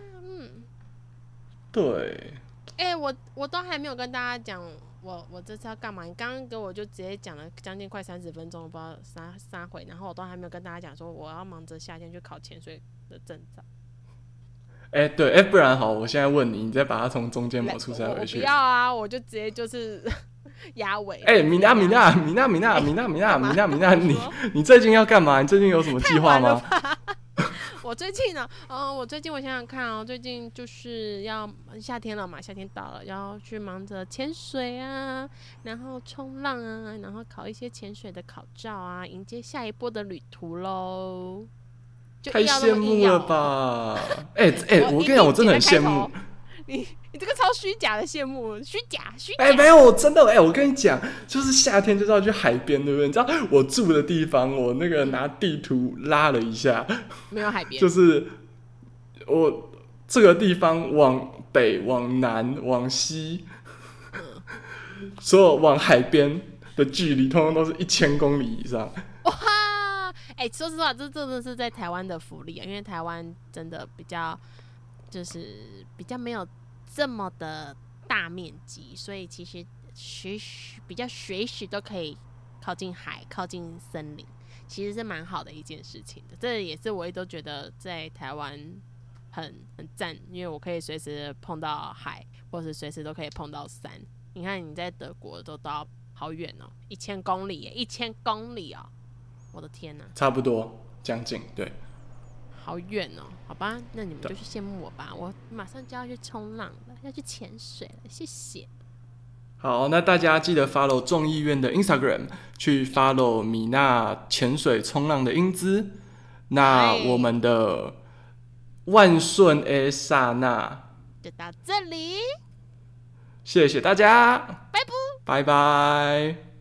对。 我都还没有跟大家讲我这次要干嘛。你刚刚给我就直接讲了将近快30分钟，不知道啥回，然后我都还没有跟大家讲说我要忙着夏天去考潜水的证照。 对，不然好，我现在问你，你再把它从中间抹出塞回去。 我不要啊，我就直接就是压尾。 米娜，你最近要干嘛？你最近有什么计划吗？ 我最近呢，我想想看哦，最近就是要夏天了嘛，夏天到了，要去忙着潜水啊，然后冲浪啊，然后考一些潜水的考照啊，迎接下一波的旅途喽。 太羡慕了吧！我跟你讲，我真的很羡慕你这个超虚假的羡慕，虚假。 没有，我真的我跟你讲，就是夏天就是要去海边，对不对？你知道我住的地方，我那个拿地图拉了一下， 没有海边， 就是我这个地方往北、往南、往西，所有往海边的距离，通通都是1000公里以上。 哇！说实话，这真的是在台湾的福利啊，因为台湾真的比较没有这么的大面积，所以其实比较随时都可以靠近海、靠近森林，其实是蛮好的一件事情的。这也是我一直都觉得在台湾很赞，因为我可以随时碰到海，或是随时都可以碰到山。你看你在德国都到好远哦，1000公里耶，1000公里哦。我的天哪， 差不多将近，对， 好远哦。好吧，那你们就去羡慕我吧，我马上就要去冲浪了，要去潜水了，谢谢。 好，那大家记得 follow 众议院的 Instagram， 去 follow 米娜潜水冲浪的英姿。那我们的万顺的刹那就到这里， 谢谢大家， 拜拜。 拜拜。